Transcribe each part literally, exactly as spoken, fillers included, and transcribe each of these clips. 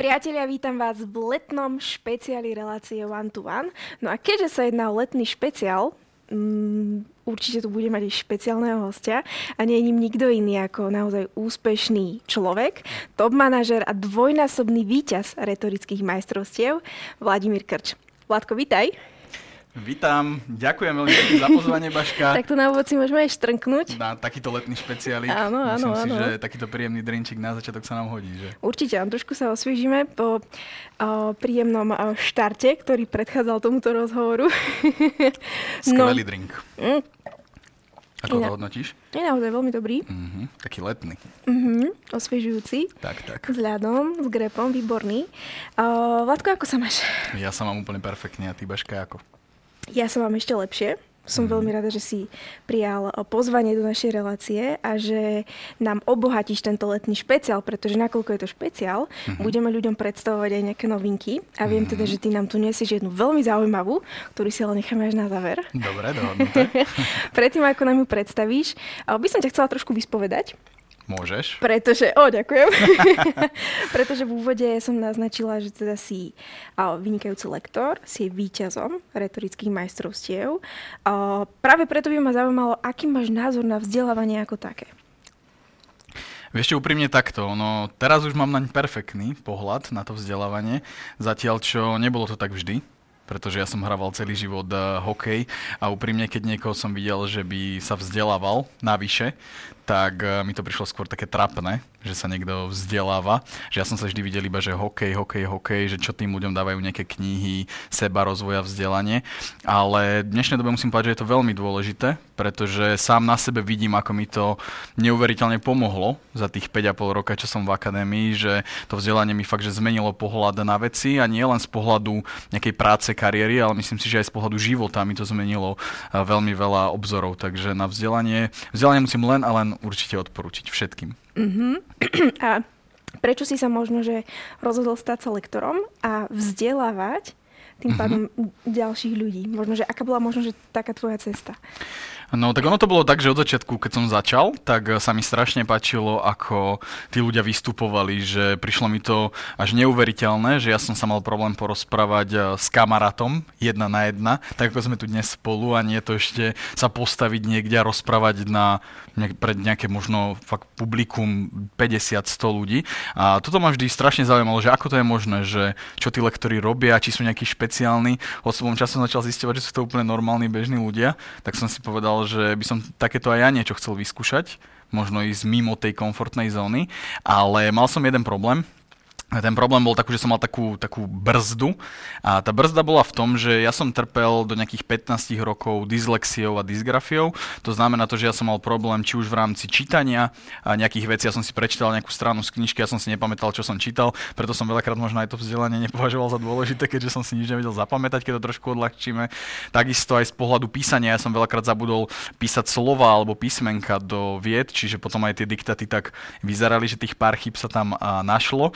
Priatelia, vítam vás v letnom špeciáli relácie One to One. No a keďže sa jedná o letný špeciál, um, určite tu bude mať aj špeciálneho hostia a nie je ním nikto iný ako naozaj úspešný človek, top manažer a dvojnásobný víťaz retorických majstrovstiev Vladimír Krč. Vladko, vítaj. Vítam, ďakujem veľmi pekne za pozvanie, Baška. Tak to na úvod si môžeme aj štrnknúť. Na takýto letný špeciálik. Áno, áno, Myslím si, áno. že takýto príjemný drinčík na začiatok sa nám hodí, že? Určite, a trošku sa osviežime po o, príjemnom o, štarte, ktorý predchádzal tomuto rozhovoru. Skvelý no. drink. Mm. Ako Iná. to hodnotíš? Je naozaj veľmi dobrý. Mhm, taký letný. Mhm, osviežujúci. Tak, tak. S ľadom, s grepom, výborný. Uh, Vladko, ako sa máš? Ja sa mám úplne perfektne, a ty, Baška, ako? Ja sa mám ešte lepšie. Som mm. veľmi rada, že si prijal pozvanie do našej relácie a že nám obohatíš tento letný špeciál, pretože nakoľko je to špeciál, mm-hmm. budeme ľuďom predstavovať aj nejaké novinky. A viem mm-hmm. teda, že ty nám tu nesieš jednu veľmi zaujímavú, ktorú si ale necháme až na záver. Dobre, dohodnuté. Predtým, ako nám ju predstavíš, by som ťa chcela trošku vyspovedať. Môžeš. Pretože, o, ďakujem. Pretože v úvode som naznačila, že teda si a, vynikajúci lektor, si víťazom retorických majstrovstiev. A, práve preto by ma zaujímalo, aký máš názor na vzdelávanie ako také. Vieš čo, úprimne takto, no teraz už mám naň perfektný pohľad na to vzdelávanie, zatiaľ čo nebolo to tak vždy. Pretože ja som hrával celý život uh, hokej a úprimne, keď niekoho som videl, že by sa vzdelával navyše, tak uh, mi to prišlo skôr také trapné, že sa niekto vzdeláva. Že ja som sa vždy videl iba, že hokej, hokej, hokej, že čo tým ľuďom dávajú nejaké knihy, seba, rozvoja, vzdelanie. Ale v dnešnej dobe musím povedať, že je to veľmi dôležité, pretože sám na sebe vidím, ako mi to neuveriteľne pomohlo za tých päť a pol roka, čo som v akadémii, že to vzdelanie mi fakt, že zmenilo pohľad na veci a nie len z pohľadu nejakej práce, kariéry, ale myslím si, že aj z pohľadu života mi to zmenilo veľmi veľa obzorov. Takže na vzdelanie, vzdelanie musím len a len určite odporúčiť všetkým. Uh-huh. A prečo si sa možno, že rozhodol stať sa lektorom a vzdelávať tým pádom uh-huh. ďalších ľudí? Možno, že aká bola možno, že taká tvoja cesta? No tak ono to bolo tak, že od začiatku, keď som začal, tak sa mi strašne páčilo, ako tí ľudia vystupovali, že prišlo mi to až neuveriteľné, že ja som sa mal problém porozprávať s kamarátom jedna na jedna, tak ako sme tu dnes spolu a nie to ešte sa postaviť niekde a rozprávať na, pred nejaké možno fakt publikum päťdesiat sto ľudí. A toto ma vždy strašne zaujímalo, že ako to je možné, že čo tí lektori robia, či sú nejakí špeciálni. Odstupom času som začal zisťovať, že sú to úplne normálni bežní ľudia, tak som si povedal, že by som takéto aj ja niečo chcel vyskúšať, možno ísť mimo tej komfortnej zóny, ale mal som jeden problém. Ten problém bol taký, že som mal takú, takú brzdu a tá brzda bola v tom, že ja som trpel do nejakých pätnásť rokov dyslexiou a dysgrafiou. To znamená to, že ja som mal problém či už v rámci čítania a nejakých vecí. Ja som si prečítal nejakú stranu z knižky, ja som si nepamätal, čo som čítal, preto som veľakrát možno aj to vzdelanie nepovažoval za dôležité, keďže som si nič nevedel zapamätať, keď to trošku odľahčíme. Takisto aj z pohľadu písania, ja som veľakrát zabudol písať slova alebo písmenka do vied, čiže potom aj tie diktáty tak vyzerali, že tých pár chýb sa tam a, našlo.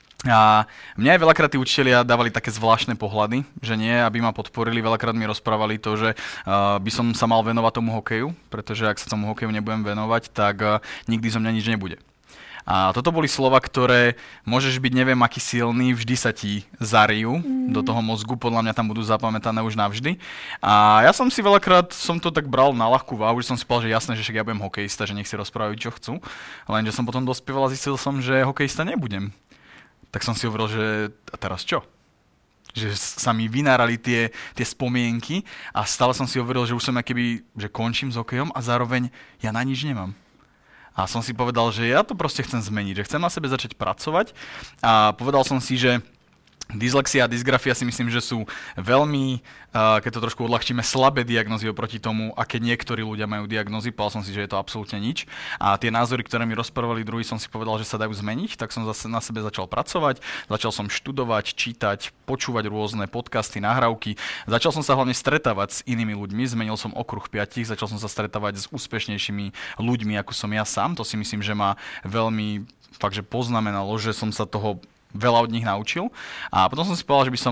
A mňa aj veľakrát tí učitelia dávali také zvláštne pohľady, že nie, aby ma podporili, veľakrát mi rozprávali to, že uh, by som sa mal venovať tomu hokeju, pretože ak sa tomu hokeju nebudem venovať, tak uh, nikdy zo mňa nič nebude. A toto boli slova, ktoré môžeš byť neviem aký silný, vždy sa ti zarijú mm. do toho mozgu, podľa mňa tam budú zapamätané už navždy. A ja som si veľakrát, som to tak bral na ľahkú váhu, že som si povedal, že jasné, že však ja budem hokejista, že nech si rozprávajú, čo chcú. Lenže som potom dospieval a zistil som, že hokejista nebudem. Tak som si hovoril, že a teraz čo? Že sa mi vynárali tie, tie spomienky a stále som si hovoril, že už som akýby, že končím s hokejom a zároveň ja na nič nemám. A som si povedal, že ja to proste chcem zmeniť, že chcem na sebe začať pracovať a povedal som si, že dyslexia a dysgrafia si myslím, že sú veľmi, uh, keď to trošku odľahčíme, slabé diagnózy oproti tomu, aké niektorí ľudia majú diagnózy. Povedal som si, že je to absolútne nič. A tie názory, ktoré mi rozprávali druhí, som si povedal, že sa dajú zmeniť, tak som zase na sebe začal pracovať. Začal som študovať, čítať, počúvať rôzne podcasty, nahrávky. Začal som sa hlavne stretávať s inými ľuďmi. Zmenil som okruh piatich, začal som sa stretávať s úspešnejšími ľuďmi, ako som ja sám. To si myslím, že ma veľmi fakt, že poznamenalo, že som sa toho veľa od nich naučil. A potom som si povedal, že by som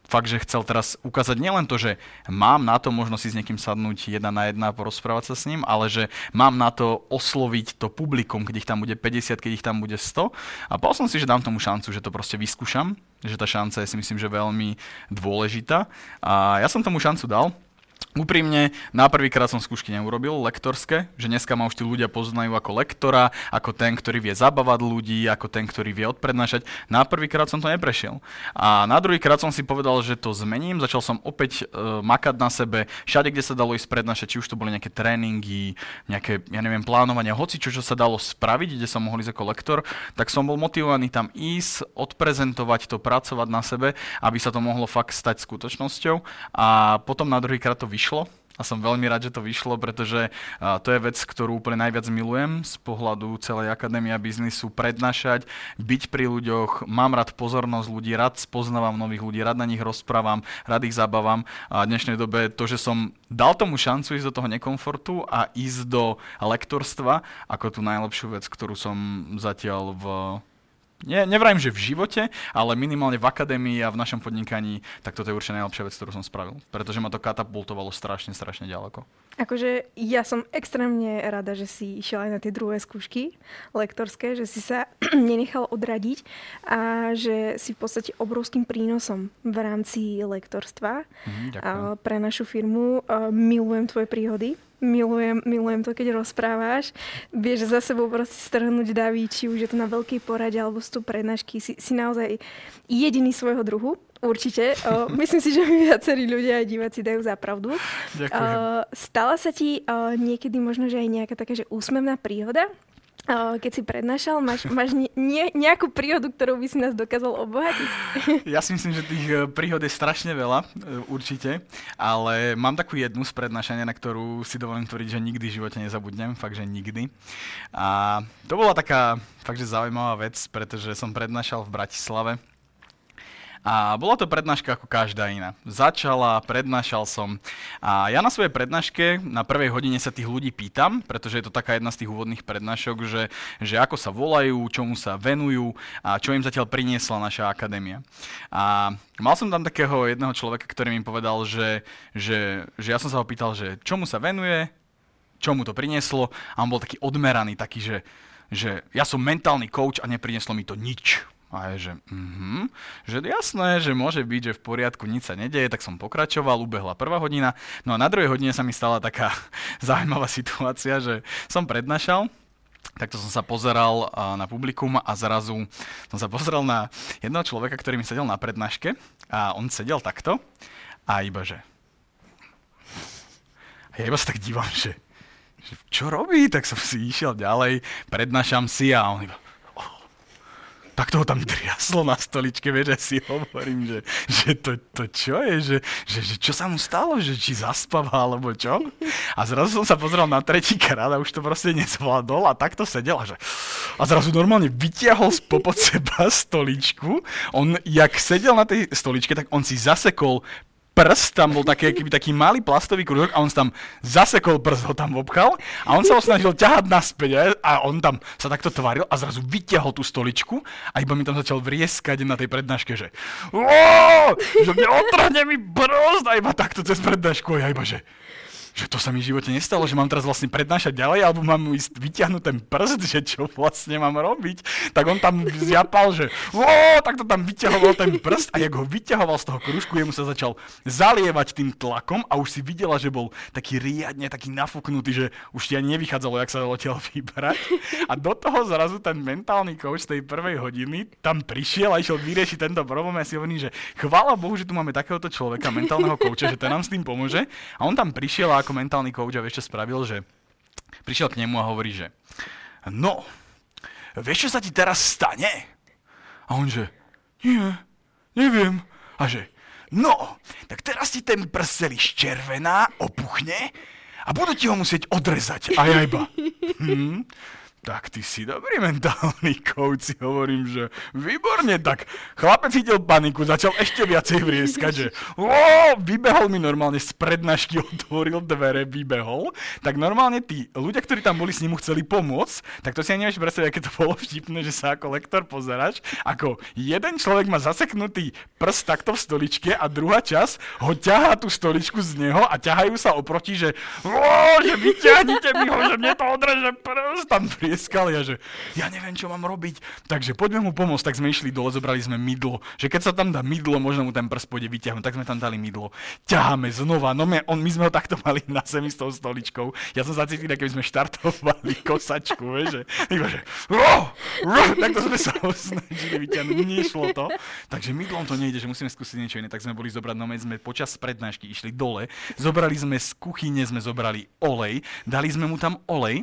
fakt, že chcel teraz ukázať nielen to, že mám na to možno si s niekým sadnúť jedna na jedna a porozprávať sa s ním, ale že mám na to osloviť to publikum, keď ich tam bude päťdesiat, keď ich tam bude sto. A povedal som si, že dám tomu šancu, že to proste vyskúšam, že tá šanca je si myslím, že veľmi dôležitá. A ja som tomu šancu dal. Úprimne, na prvýkrát som skúšky neurobil, lektorské, že dneska ma už tí ľudia poznajú ako lektora, ako ten, ktorý vie zabávať ľudí, ako ten, ktorý vie odprednášať. Na prvýkrát som to neprešiel. A na druhýkrát som si povedal, že to zmením, začal som opäť uh, makať na sebe, všade, kde sa dalo ísť prednášať, či už to boli nejaké tréningy, nejaké, ja neviem, plánovania, hoci čo, čo sa dalo spraviť, kde som mohol ísť ako lektor, tak som bol motivovaný tam ísť, odprezentovať to, pracovať na sebe, aby sa to mohlo fakt stať skutočnosťou. A potom na druhýkrát to vyšlo. A som veľmi rád, že to vyšlo, pretože uh, to je vec, ktorú úplne najviac milujem z pohľadu celej akadémie biznisu, prednášať, byť pri ľuďoch, mám rád pozornosť ľudí, rád spoznávam nových ľudí, rád na nich rozprávam, rád ich zabávam. A v dnešnej dobe to, že som dal tomu šancu ísť do toho nekomfortu a ísť do lektorstva, ako tú najlepšiu vec, ktorú som zatiaľ v... Nie, nevrajím, že v živote, ale minimálne v akadémii a v našom podnikaní, tak toto je určite najlepšia vec, ktorú som spravil. Pretože ma to katapultovalo strašne, strašne ďaleko. Akože ja som extrémne rada, že si išiel aj na tie druhé skúšky lektorské, že si sa nenechal odradiť a že si v podstate obrovským prínosom v rámci lektorstva mm, a pre našu firmu. Milujem tvoje príhody. Milujem, milujem to, keď rozprávaš. Vieš za sebou proste strhnúť davy, či už je to na veľkej porade alebo sú to prednášky. Si, si naozaj jediný svojho druhu. Určite. O, myslím si, že mi viacerí ľudia aj diváci dajú za pravdu. Ďakujem. O, stala sa ti o, niekedy možno, že aj nejaká taká, že úsmevná príhoda? O, keď si prednášal, máš, máš ne, nejakú príhodu, ktorou by si nás dokázal obohatiť? Ja si myslím, že tých príhod je strašne veľa, určite, ale mám takú jednu z prednášania, na ktorú si dovolím tvrdiť, že nikdy v živote nezabudnem, fakt, že nikdy. A to bola taká fakt, že zaujímavá vec, pretože som prednášal v Bratislave. A bola to prednáška ako každá iná. Začala, prednášal som. A ja na svojej prednáške na prvej hodine sa tých ľudí pýtam, pretože je to taká jedna z tých úvodných prednášok, že, že ako sa volajú, čomu sa venujú a čo im zatiaľ priniesla naša akadémia. A mal som tam takého jedného človeka, ktorý mi povedal, že, že, že ja som sa ho pýtal, že čomu sa venuje, čomu to prinieslo a on bol taký odmeraný, taký, že, že ja som mentálny coach a neprinieslo mi to nič. A je, že, mm-hmm, že jasné, že môže byť, že v poriadku, nič sa nedeje, tak som pokračoval, ubehla prvá hodina, no a na druhej hodine sa mi stala taká zaujímavá situácia, že som prednášal, takto som sa pozeral na publikum a zrazu som sa pozeral na jedného človeka, ktorý mi sedel na prednáške a on sedel takto a iba, že... A ja iba sa tak dívam, že, že čo robí, tak som si išiel ďalej, prednášam si a on iba... Tak toho tam triaslo na stoličke, vieš, že si hovorím, že, že to, to čo je, že, že, že čo sa mu stalo, že či zaspáva, alebo čo. A zrazu som sa pozrel na tretí krát a už to proste nezvládol a takto sedel a že... A zrazu normálne vytiahol spopod seba stoličku, on, jak sedel na tej stoličke, tak on si zasekol prst, tam bol taký, keby taký malý plastový krúžok a on sa tam zasekol prst, ho tam obchal a on sa ho snažil ťahať naspäť a on tam sa takto tvaril a zrazu vyťahol tú stoličku a iba mi tam začal vrieskať na tej prednáške, že že mne otrhne mi prst a iba takto cez prednášku a ja iba, že že to sa mi v živote nestalo, že mám teraz vlastne prednášať ďalej, alebo mám ísť vyťahnuť ten prst, že čo vlastne mám robiť. Tak on tam zjapal, že ó, tak to tam vyťahoval ten prst a jak ho vyťahoval z toho krúžku, jemu sa začal zalievať tým tlakom a už si videla, že bol taký riadne, taký nafúknutý, že už ti ani nevychádzalo, jak sa odtiaľ vybrať. A do toho zrazu ten mentálny coach z tej prvej hodiny tam prišiel a išiel vyriešiť tento problém a si hovorí, že chvála Bohu, že tu máme takéhoto človeka, mentálneho coacha, že ten nám s tým pomôže. A on tam prišiel a ako mentálny coach a vieš, čo spravil, že prišiel k nemu a hovorí, že no, vieš, čo sa ti teraz stane? A on, že nie, neviem. A že no, tak teraz ti ten prst celý zčervená, opuchne a budú ti ho musieť odrezať. A ja iba hm, tak ty si dobrý mentálny coach, si hovorím, že výborne, tak chlapec chytil paniku, začal ešte viacej vrieskať, že wow, vybehol mi normálne z prednášky, otvoril dvere, vybehol, tak normálne tí ľudia, ktorí tam boli, s ním chceli pomôcť, tak to si ani nevieš predstaviť, aké to bolo vtipné, že sa ako lektor pozeráš, ako jeden človek má zaseknutý prst takto v stoličke a druhá časť ho ťahá tú stoličku z neho a ťahajú sa oproti, že wow, že vyťahnite mi ho, že mne to odreže prst, tam vrieskali a že ja neviem, čo mám robiť, takže poďme mu pomôcť, tak sme išli dole, zobrali sme mydlo, že keď sa tam dá mydlo, možno mu ten prst pôjde vyťahnuť, tak sme tam dali mydlo, ťaháme znova, no my, on, my sme ho takto mali na zemi s tou stoličkou, ja som sa cítil, keby sme štartovali kosačku, vieš, že, iba, že oh, oh, tak to sme sa ho snažili vyťahnuť, nešlo to, takže mydlom to nejde, že musíme skúsiť niečo iné, tak sme boli zobrať, no my sme počas prednášky išli dole, zobrali sme z kuchyne, sme zobrali olej, dali sme mu tam olej,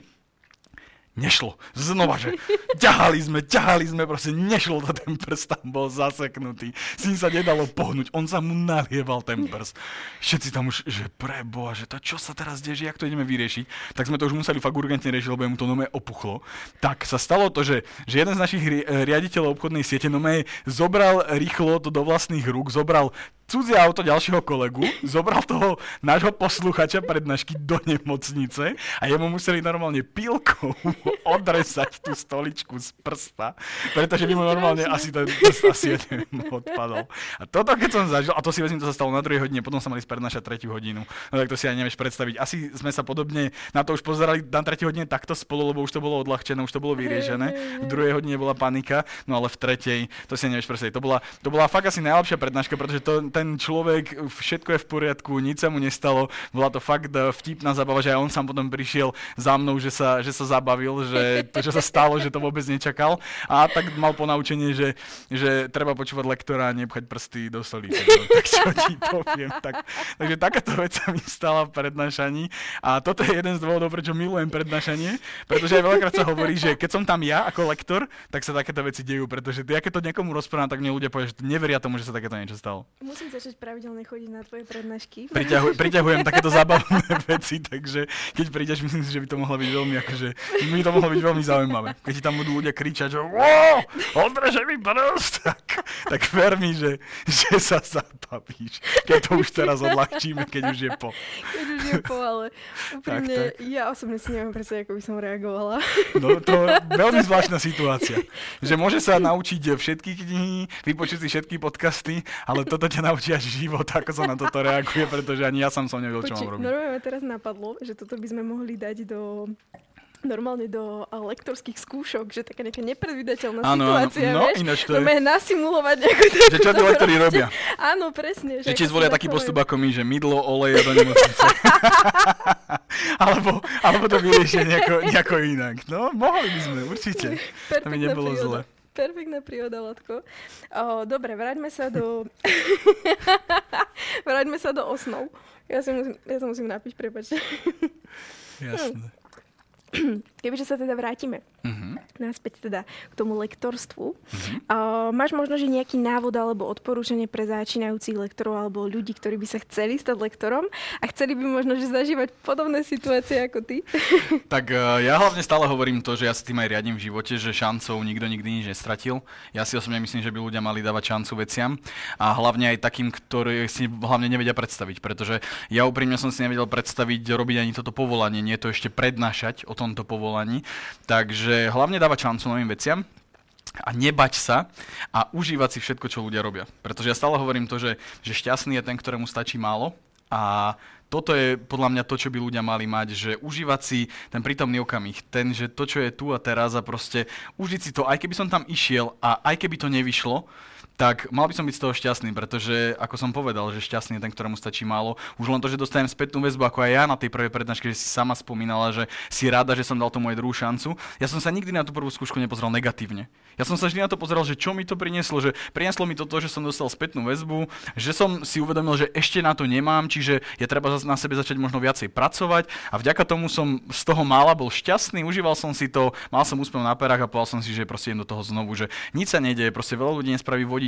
nešlo. Znova, že ťahali sme, ťahali sme, proste nešlo to, ten prst tam bol zaseknutý. S ním sa nedalo pohnúť, on sa mu nalieval ten prst. Všetci tam už, že preboha, že to čo sa teraz deje, že jak to ideme vyriešiť. Tak sme to už museli fakt urgentne riešiť, lebo mu to nome opuchlo. Tak sa stalo to, že, že jeden z našich ri- riaditeľov obchodnej siete nome zobral rýchlo to do vlastných rúk, zobral cudzie auto ďalšieho kolegu, zobral toho nášho posluchača prednášky do nemocnice a jemu museli normálne pilkou odresať tú stoličku z prsta, pretože by mu normálne asi ten prst asi ja neviem, odpadol. A toto keď som zažil, a to si vezím, to sa stalo na druhej hodine, potom sa mali prednášať tretiu hodinu, no tak to si aj nevieš predstaviť. Asi sme sa podobne na to už pozerali na tretej hodine takto spolu, lebo už to bolo odľahčené, už to bolo vyriešené. V druhej hodine bola panika, no ale v tretej, to si nevieš predstaviť. To bola, to bola fakt asi najlepšia prednáška, pretože to, ten človek, všetko je v poriadku, nič sa mu nestalo, bola to fakt vtipná zábava, že aj on sám potom prišiel za mnou, že sa, že sa zabavil, že to, čo sa stalo, že to vôbec nečakal a tak mal ponaučenie, že, že treba počúvať lektora a nepchať prsty do stolice. No, tak čo ti poviem. Tak, takže takáto vec sa mi stala v prednášaní a toto je jeden z dôvodov, prečo milujem prednášanie, pretože aj veľakrát sa hovorí, že keď som tam ja ako lektor, tak sa takéto veci dejú, pretože ty, keď to niekomu rozprávam, tak mne ľudia povedia, že neveria tomu, že sa takéto niečo stalo. Musím začať pravidelne chodiť na tvoje prednášky. Priťahuj, priťahujem takéto zábavné veci, takže keď prídeš, myslím si, že by to mohlo byť veľmi, akože, by to mohlo byť veľmi zaujímavé. Keď ti tam budú ľudia kričať, že wow, odreže mi prst, tak, tak ver mi, že, že sa zabavíš. Keď to už teraz odľahčíme, keď už je po. Keď už je po, ale úprimne, tak, tak. Ja osobne si neviem predstaviť, ako by som reagovala. No to je veľmi zvláštna situácia. Že môže sa naučiť všetky knihy, vypočuť si všetky podcasty, ale toto ťa naučí až život, ako sa na toto reaguje, pretože ani ja sám som nevedel, čo mám robiť. Normálne teraz napadlo, že toto by sme mohli dať do... normálne do lektorských skúšok, že taká nejaká nepredvídateľná áno, situácia, no, vieš? Ináč to je... No, nasimulovať nejakú... Že čo tí lektori robia? Áno, presne. Že či zvolia taký postup ako my, že mydlo, olej a do nemocnice. alebo, alebo to vyriešia nejako, nejako inak. No, mohli by sme, určite. To mi nebolo zle. Perfektná príhoda, Latko. O, dobre, vráťme sa do... vráťme sa do osnov. Ja sa musím, ja sa musím napiť, prepáčte. Jasné. Kebyže sa teda vrátime uh-huh. naspäť teda k tomu lektorstvu, uh-huh. uh, máš možno, že nejaký návod alebo odporúčanie pre začínajúcich lektorov alebo ľudí, ktorí by sa chceli stať lektorom a chceli by možno, že zažívať podobné situácie ako ty? Tak uh, ja hlavne stále hovorím to, že ja sa tým aj riadím v živote, že šancou nikto nikdy nič nestratil. Ja si osobne myslím, že by ľudia mali dávať šancu veciam a hlavne aj takým, ktorí si hlavne nevedia predstaviť, pretože ja úprimne som si nevedel predstaviť robiť ani toto povolanie, nie to ešte prednášať o tomto povolaní. Takže hlavne dávať šancu novým veciam a nebať sa a užívať si všetko, čo ľudia robia. Pretože ja stále hovorím to, že, že šťastný je ten, ktorému stačí málo a toto je podľa mňa to, čo by ľudia mali mať, že užívať si ten prítomný okamih, ten, že to, čo je tu a teraz a proste užiť si to, aj keby som tam išiel a aj keby to nevyšlo, tak mal by som byť z toho šťastný, pretože, ako som povedal, že šťastný je ten, ktorému stačí málo. Už len to, že dostanem spätnú väzbu, ako aj ja na tej prvej prednáške, že si sama spomínala, že si rada, že som dal tomu aj druhú šancu. Ja som sa nikdy na tú prvú skúšku nepozeral negatívne. Ja som sa vždy na to pozeral, že čo mi to prinieslo, že prinieslo mi to to, že som dostal spätnú väzbu, že som si uvedomil, že ešte na to nemám, čiže je treba na sebe začať možno viacej pracovať a vďaka tomu som z toho mála bol šťastný, užíval som si to, mal som úsmev na perách a povedal som si, že proste idem do toho znovu, že nič sa nedeje, proste veľa ľudí nespraví vodič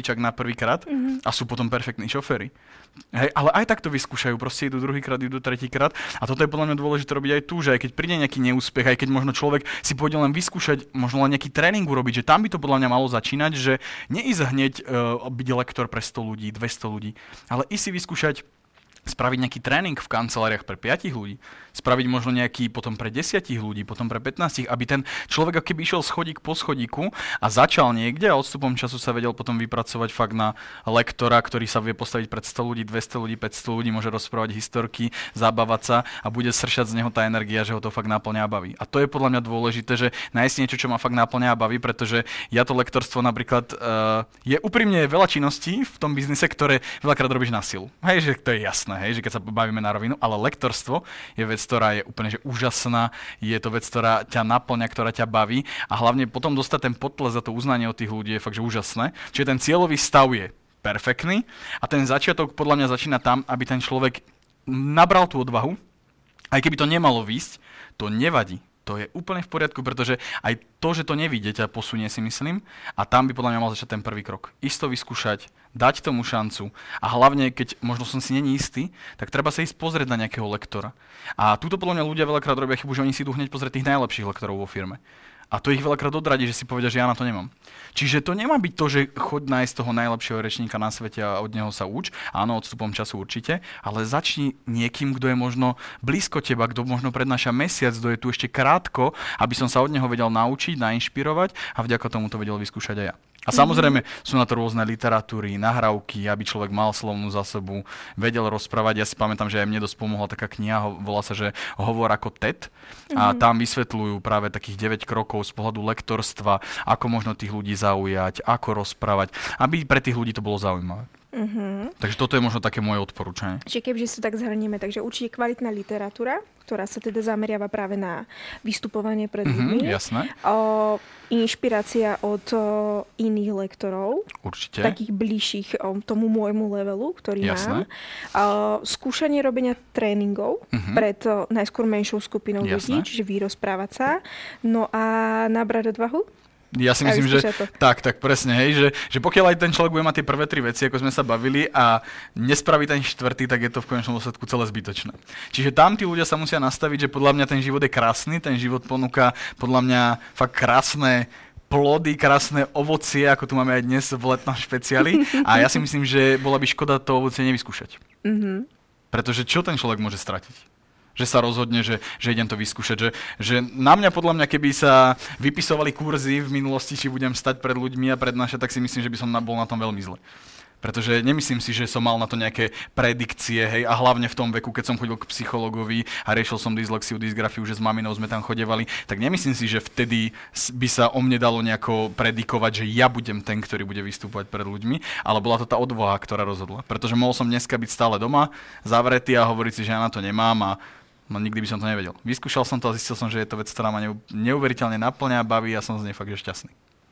vodičák na prvýkrát mm-hmm. a sú potom perfektní šoféri. Hej, ale aj tak to vyskúšajú, proste idú druhýkrát, idú tretíkrát a toto je podľa mňa dôležité robiť aj tu, že aj keď príde nejaký neúspech, aj keď možno človek si pôjde len vyskúšať, možno len nejaký tréning urobiť, že tam by to podľa mňa malo začínať, že neísť hneď uh, byť lektor pre sto ľudí, dvesto ľudí, ale ísť si vyskúšať spraviť nejaký tréning v kanceláriách pre päť ľudí, spraviť možno nejaký potom pre desať ľudí, potom pre pätnásť, aby ten človek keby išiel schodík po schodíku a začal niekde a odstupom času sa vedel potom vypracovať fakt na lektora, ktorý sa vie postaviť pred sto ľudí, dvesto ľudí, päťsto ľudí, môže rozprávať historky, zabávať sa a bude sršať z neho tá energia, že ho to fakt náplňa a baví. A to je podľa mňa dôležité, že nájsť niečo, čo ma fakt náplňa a baví, pretože ja to lektorstvo napríklad uh, je úprimne veľa činností v tom biznise, ktoré veľakrát robíš na silu. Hej, že to je jasné. Hej, že keď sa bavíme na rovinu, ale lektorstvo je vec, ktorá je úplne že úžasná, je to vec, ktorá ťa naplňa, ktorá ťa baví a hlavne potom dostať ten potles za to uznanie od tých ľudí je fakt, že úžasné. Čiže ten cieľový stav je perfektný a ten začiatok podľa mňa začína tam, aby ten človek nabral tú odvahu, aj keby to nemalo výsť, to nevadí. To je úplne v poriadku, pretože aj to, že to nevíde, ťa posunie, si myslím. A tam by podľa mňa mal začať ten prvý krok. Isto vyskúšať, dať tomu šancu. A hlavne, keď možno som si není istý, tak treba sa ísť pozrieť na nejakého lektora. A túto podľa mňa ľudia veľakrát robia chybu, že oni si idú hneď pozrieť tých najlepších lektorov vo firme. A to ich veľakrát odradí, že si povedia, že ja na to nemám. Čiže to nemá byť to, že choď nájsť toho najlepšieho rečníka na svete a od neho sa uč. Áno, odstupom času určite, ale začni niekým, kto je možno blízko teba, kto možno prednáša mesiac, kto je tu ešte krátko, aby som sa od neho vedel naučiť, nainšpirovať a vďaka tomu to vedel vyskúšať aj ja. A samozrejme sú na to rôzne literatúry, nahrávky, aby človek mal slovnú zásobu, vedel rozprávať. Ja si pamätám, že aj mne dosť pomohla taká kniha, volá sa, že Hovor ako TED. A tam vysvetľujú práve takých deväť krokov z pohľadu lektorstva, ako možno tých ľudí zaujať, ako rozprávať, aby pre tých ľudí to bolo zaujímavé. Uh-huh. Takže toto je možno také moje odporúčanie. Čiže kebyže si to tak zhrnieme, takže určite kvalitná literatúra, ktorá sa teda zameriava práve na vystupovanie pred ľuďmi. Uh-huh, jasné. O, inšpirácia od o, iných lektorov. Určite. Takých bližších o, tomu môjmu levelu, ktorý jasné. mám. O, skúšanie robenia tréningov uh-huh. pred o, najskôr menšou skupinou jasné. ľudí, čiže vyrozprávať sa. No a nabrať odvahu. Ja si myslím, že tak, tak presne, hej, že, že pokiaľ aj ten človek bude mať tie prvé tri veci, ako sme sa bavili a nespraví ten štvrtý, tak je to v konečnom dôsledku celé zbytočné. Čiže tam tí ľudia sa musia nastaviť, že podľa mňa ten život je krásny, ten život ponúka podľa mňa fakt krásne plody, krásne ovocie, ako tu máme aj dnes v letnom špeciáli a ja si myslím, že bola by škoda to ovocie nevyskúšať. Mm-hmm. Pretože čo ten človek môže stratiť? Že sa rozhodne, že, že idem to vyskúšať. Že, že na mňa, podľa mňa, keby sa vypisovali kurzy v minulosti, či budem stať pred ľuďmi a prednášať, tak si myslím, že by som bol na tom veľmi zle. Pretože nemyslím si, že som mal na to nejaké predikcie, hej, a hlavne v tom veku, keď som chodil k psychologovi a riešil som dyslexiu, dysgrafiu, že s maminou sme tam chodevali, tak nemyslím si, že vtedy by sa o mne dalo nejako predikovať, že ja budem ten, ktorý bude vystupovať pred ľuďmi, ale bola to tá odvaha, ktorá rozhodla. Pretože mohol som dneska byť stále doma, zavretý a hovoriť si, že ja na to nemám a no nikdy by som to nevedel. Vyskúšal som to a zistil som, že je to vec, ktorá ma neuveriteľne naplňa, baví a som z nej fakt že šťastný.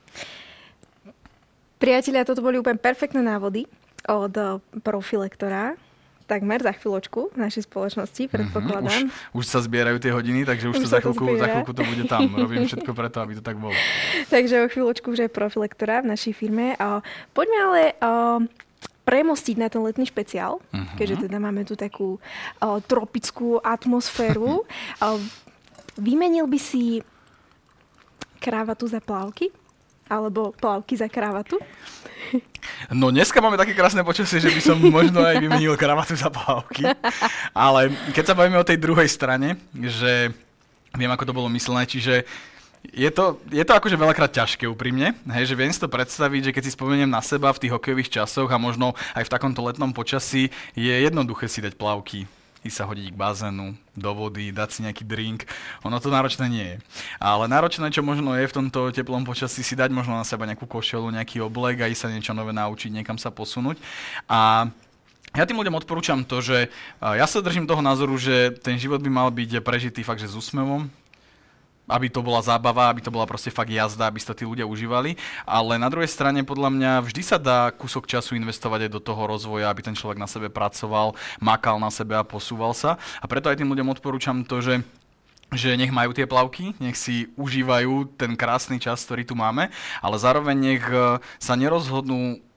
Priatelia, toto boli úplne perfektné návody od profilektora. Takmer za chvíľočku v našej spoločnosti, predpokladám. Mm-hmm. Už, už sa zbierajú tie hodiny, takže už, už to za chvíľku, za chvíľku to bude tam. Robím všetko preto, aby to tak bolo. Takže o chvíľočku už je profilektora v našej firme. Poďme ale premostiť na ten letný špeciál, uh-huh. keďže teda máme tu takú uh, tropickú atmosféru. uh, vymenil by si krávatu za plávky? Alebo plávky za krávatu? No dneska máme také krásne počasie, že by som možno aj vymenil kravatu za plávky. Ale keď sa bavíme o tej druhej strane, že viem, ako to bolo myslené, čiže Je to, je to akože veľakrát ťažké úprimne, hej, že viem si to predstaviť, že keď si spomeniem na seba v tých hokejových časoch a možno aj v takomto letnom počasí, je jednoduché si dať plavky, ísť sa hodiť k bazénu, do vody, dať si nejaký drink. Ono to náročné nie je. Ale náročné, čo možno je v tomto teplom počasí, si dať možno na seba nejakú košelu, nejaký oblek a ísť sa niečo nové naučiť, niekam sa posunúť. A ja tým ľuďom odporúčam to, že ja sa držím toho názoru, že ten život by mal byť prežitý fakt, že s úsmevom, aby to bola zábava, aby to bola proste fakt jazda, aby si to tí ľudia užívali. Ale na druhej strane podľa mňa vždy sa dá kúsok času investovať aj do toho rozvoja, aby ten človek na sebe pracoval, makal na sebe a posúval sa. A preto aj tým ľuďom odporúčam to, že že nech majú tie plavky, nech si užívajú ten krásny čas, ktorý tu máme, ale zároveň nech sa nerozhodnú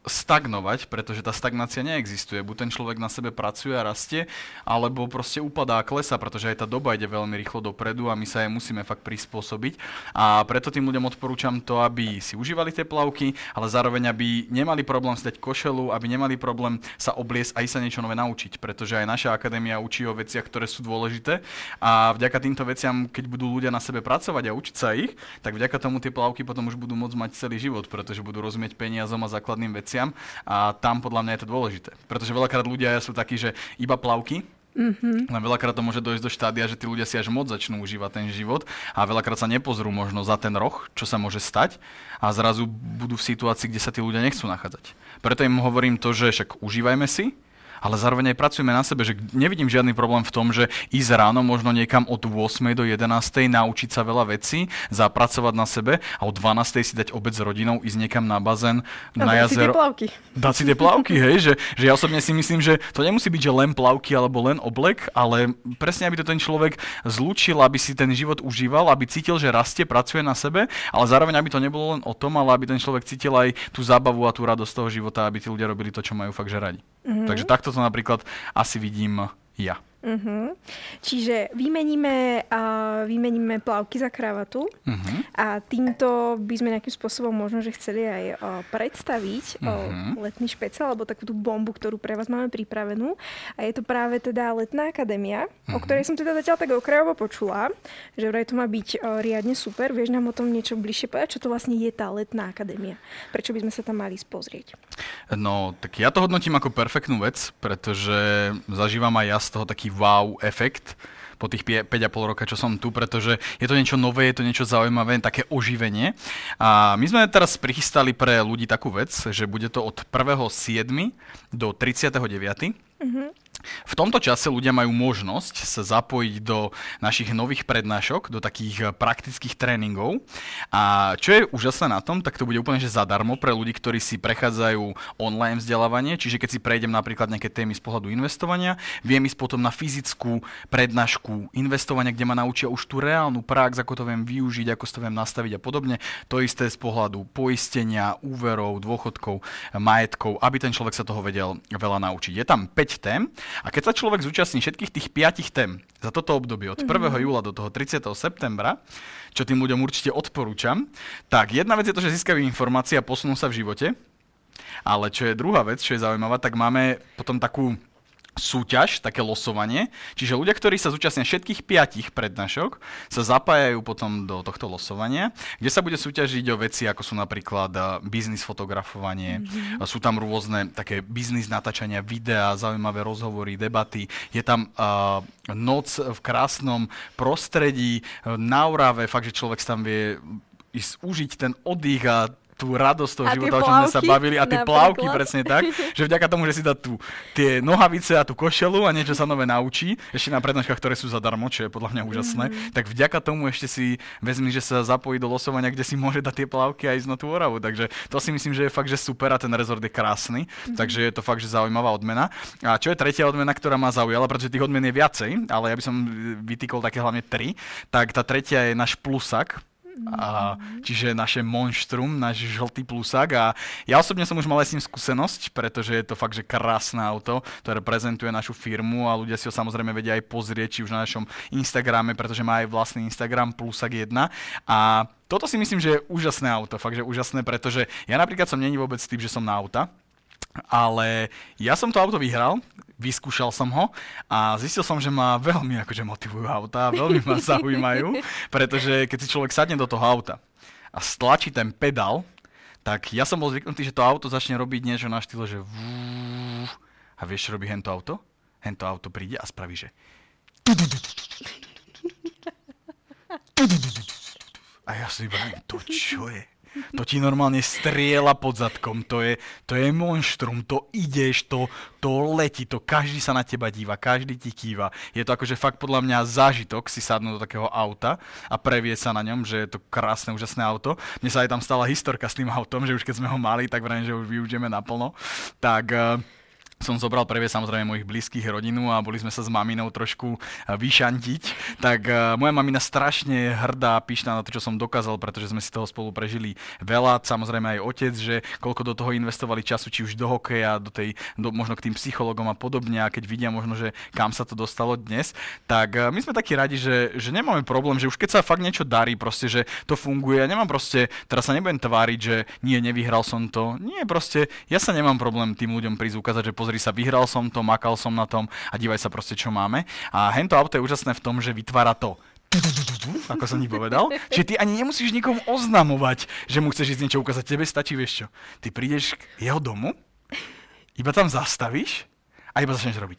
stagnovať, pretože tá stagnácia neexistuje. Buď ten človek na sebe pracuje a rastie, alebo proste upadá a klesá, pretože aj tá doba ide veľmi rýchlo dopredu a my sa jej musíme fakt prispôsobiť. A preto tým ľuďom odporúčam to, aby si užívali tie plavky, ale zároveň aby nemali problém stať košelu, aby nemali problém sa obliecť a aj sa niečo nové naučiť, pretože aj naša akadémia učí o veciach, ktoré sú dôležité a vďaka týmto veciam, keď budú ľudia na sebe pracovať a učiť sa ich, tak vďaka tomu tie plavky potom už budú môcť mať celý život, pretože budú rozumieť peniazom a základným veciam a tam podľa mňa je to dôležité. Pretože veľakrát ľudia sú takí, že iba plavky, mm-hmm. len veľakrát to môže dojsť do štádia, že tí ľudia si až moc začnú užívať ten život a veľakrát sa nepozrú možno za ten roh, čo sa môže stať a zrazu budú v situácii, kde sa tí ľudia nechcú nachádzať. Preto im hovorím to, že však užívajme si, ale zároveň aj pracujeme na sebe, že nevidím žiadny problém v tom, že ísť ráno možno niekam od ôsmej do jedenástej, naučiť sa veľa vecí, zapracovať na sebe a od dvanástej si dať obed s rodinou, ísť niekam na bazén, a na jazero. Dať si tie plavky. Dať si tie plavky, hej, že, že ja osobne si myslím, že to nemusí byť, že len plavky alebo len oblek, ale presne aby to ten človek zlúčil, aby si ten život užíval, aby cítil, že rastie, pracuje na sebe, ale zároveň aby to nebolo len o tom, ale aby ten človek cítil aj tú zábavu a tú radosť toho života, aby tí ľudia robili to, čo majú fakt že radi. Mm-hmm. Takže takto to napríklad asi vidím ja. Uh-huh. Čiže vymeníme, uh, vymeníme plavky za kravatu uh-huh. a týmto by sme nejakým spôsobom možno, že chceli aj uh, predstaviť uh, uh-huh. letný špeciál, alebo takú tú bombu, ktorú pre vás máme pripravenú. A je to práve teda Letná akadémia, uh-huh. o ktorej som teda zatiaľ tak okrajovo počula, že vraj to má byť uh, riadne super. Vieš nám o tom niečo bližšie povedať, čo to vlastne je tá Letná akadémia? Prečo by sme sa tam mali spozrieť? No, tak ja to hodnotím ako perfektnú vec, pretože zažívam aj ja z toho taký wow efekt po tých päť a pol roka, čo som tu, pretože je to niečo nové, je to niečo zaujímavé, také oživenie. A my sme teraz prichystali pre ľudí takú vec, že bude to od prvého siedmeho do tridsiateho deviateho Mm-hmm. V tomto čase ľudia majú možnosť sa zapojiť do našich nových prednášok, do takých praktických tréningov. A čo je úžasné na tom, tak to bude úplne že zadarmo pre ľudí, ktorí si prechádzajú online vzdelávanie. Čiže keď si prejdem napríklad nejaké témy z pohľadu investovania, viem ísť potom na fyzickú prednášku investovania, kde ma naučia už tú reálnu prax, ako to viem využiť, ako to viem nastaviť a podobne. To isté z pohľadu poistenia, úverov, dôchodkov, majetkov, aby ten človek sa toho vedel veľa naučiť. Je tam päť tém. A keď sa človek zúčastní všetkých tých piatich tém za toto obdobie od prvého júla do toho tridsiateho septembra, čo tým ľuďom určite odporúčam, tak jedna vec je to, že získajú informácie a posunú sa v živote, ale čo je druhá vec, čo je zaujímavá, tak máme potom takú súťaž, také losovanie. Čiže ľudia, ktorí sa zúčastnia všetkých piatich prednášok, sa zapájajú potom do tohto losovania, kde sa bude súťažiť o veci, ako sú napríklad biznis fotografovanie, mm-hmm. sú tam rôzne také biznis natáčania, videá, zaujímavé rozhovory, debaty. Je tam uh, noc v krásnom prostredí, na Orave, fakt, že človek tam vie ísť užiť ten oddych a tú radosť toho a života, o čom sme sa bavili, a tie plavky, presne tak, že vďaka tomu, že si dá tu tie nohavice a tú košelu a niečo sa nové naučí, ešte na prednáškach, ktoré sú zadarmo, čo je podľa mňa úžasné, mm. tak vďaka tomu ešte si vezmi, že sa zapojí do losovania, kde si môže dať tie plavky a ísť na tú Oravu, takže to si myslím, že je fakt, že super a ten rezort je krásny, mm. takže je to fakt, že zaujímavá odmena. A čo je tretia odmena, ktorá ma zaujala, pretože tých odmen je viacej, ale ja by som vytýkol také hlavne tri, tak tá tretia je náš plusak. A, čiže naše monštrum, náš žltý plusák, a ja osobne som už mal aj s ním skúsenosť, pretože je to fakt, že krásne auto, ktoré prezentuje našu firmu a ľudia si ho samozrejme vedia aj pozrieť, či už na našom Instagrame, pretože má aj vlastný Instagram Plusak jeden. A toto si myslím, že je úžasné auto, fakt, že úžasné, pretože ja napríklad som není vôbec tým, že som na auta, ale ja som to auto vyhral, vyskúšal som ho a zistil som, že ma veľmi akože motivujú auta, veľmi ma zaujímajú, pretože keď si človek sadne do toho auta a stlačí ten pedál, tak ja som bol zvyknutý, že to auto začne robiť niečo na štýle, že vúúú, a vieš, čo robí hento auto? Hento auto príde a spraví, že a ja si vravím, to čo je? To ti normálne strieľa pod zadkom, to je, to je monštrum, to ideš, to, to letí, to každý sa na teba díva, každý ti kýva. Je to akože fakt podľa mňa zážitok si sadnúť do takého auta a previeť sa na ňom, že je to krásne, úžasné auto. Mne sa aj tam stala historka s tým autom, že už keď sme ho mali, tak vrajím, že už využijeme naplno. Tak... som zobral previesť samozrejme mojich blízkych, rodinu a boli sme sa s maminou trošku vyšantiť, tak uh, moja mamina strašne hrdá, pyšná na to, čo som dokázal, pretože sme si toho spolu prežili veľa, samozrejme aj otec, že koľko do toho investovali času, či už do hokeja, do tej, do, možno k tým psychologom a podobne, a keď vidia možno, že kam sa to dostalo dnes, tak uh, my sme takí radi, že, že nemáme problém, že už keď sa fakt niečo darí, proste, že to funguje, ja nemám proste, teraz sa nebudem tváriť, že nie, nevyhral som to, nie, proste, ja sa nemám problém tým ľuďom prísť ukázať, že pozri sa, vyhral som to, makal som na tom a dívaj sa proste, čo máme. A hento auto je úžasné v tom, že vytvára to, ako som ti povedal, že ty ani nemusíš nikomu oznamovať, že mu chceš ísť niečo ukázať. Tebe stačí, vieš čo, ty prídeš k jeho domu, iba tam zastavíš a iba začneš robiť.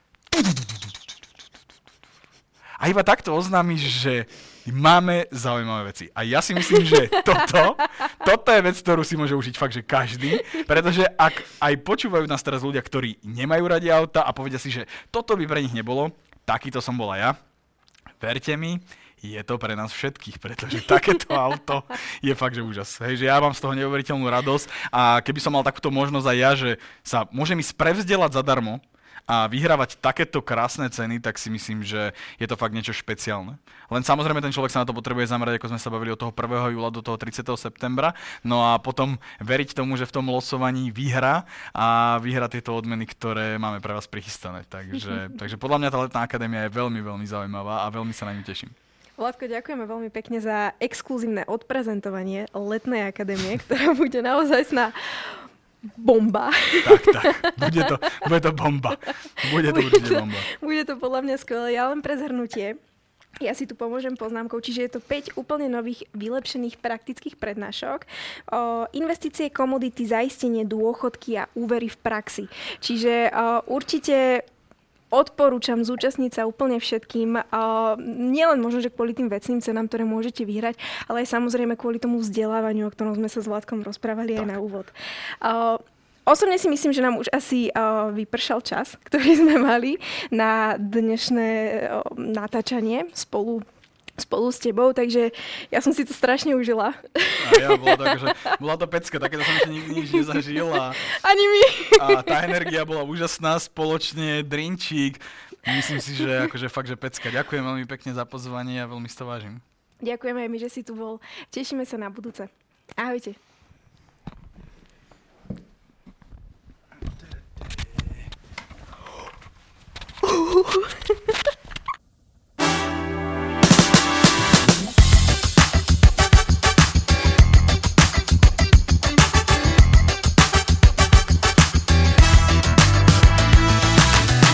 A iba takto oznámiš, že máme zaujímavé veci. A ja si myslím, že toto, toto je vec, ktorú si môže užiť fakt, že každý, pretože ak aj počúvajú nás teraz ľudia, ktorí nemajú radi auta a povedia si, že toto by pre nich nebolo, takýto som bola ja, verte mi, je to pre nás všetkých, pretože takéto auto je fakt, že úžas. Hej, že ja mám z toho neuveriteľnú radosť a keby som mal takúto možnosť aj ja, že sa môžem ísť prevzdelať zadarmo a vyhrávať takéto krásne ceny, tak si myslím, že je to fakt niečo špeciálne. Len samozrejme ten človek sa na to potrebuje zamerať, ako sme sa bavili od toho prvého júla do toho tridsiateho septembra, no a potom veriť tomu, že v tom losovaní vyhrá a vyhrá tieto odmeny, ktoré máme pre vás prichystané. Takže, takže podľa mňa tá letná akadémia je veľmi, veľmi zaujímavá a veľmi sa na ňu teším. Vládko, ďakujeme veľmi pekne za exkluzívne odprezentovanie letnej akadémie, ktorá bude naozaj sná bomba. Tak, tak. Bude to, bude to bomba. Bude to bude určite to, bomba. Bude to podľa mňa skvelé. Ja len pre zhrnutie. Ja si tu pomôžem poznámkou, čiže je to päť úplne nových vylepšených praktických prednášok. O, investície, komodity, zaistenie, dôchodky a úvery v praxi. Čiže o, určite odporúčam zúčastniť sa úplne všetkým, uh, nielen možno, že kvôli tým vecným cenám, ktoré môžete vyhrať, ale aj samozrejme kvôli tomu vzdelávaniu, o ktorom sme sa s Vládkom rozprávali tak aj na úvod. Uh, Osobne si myslím, že nám už asi uh, vypršal čas, ktorý sme mali na dnešné uh, natáčanie spolu spolu s tebou, takže ja som si to strašne užila. A ja, bola to, akože, bola to pecka, takéto som ešte nikdy nič nezažil. A, ani my. A tá energia bola úžasná, spoločne, drinčík. Myslím si, že akože fakt, že pecka. Ďakujem veľmi pekne za pozvanie a veľmi si to vážim. Ďakujeme aj my, že si tu bol. Tešíme sa na budúce. Ahojte. Uh.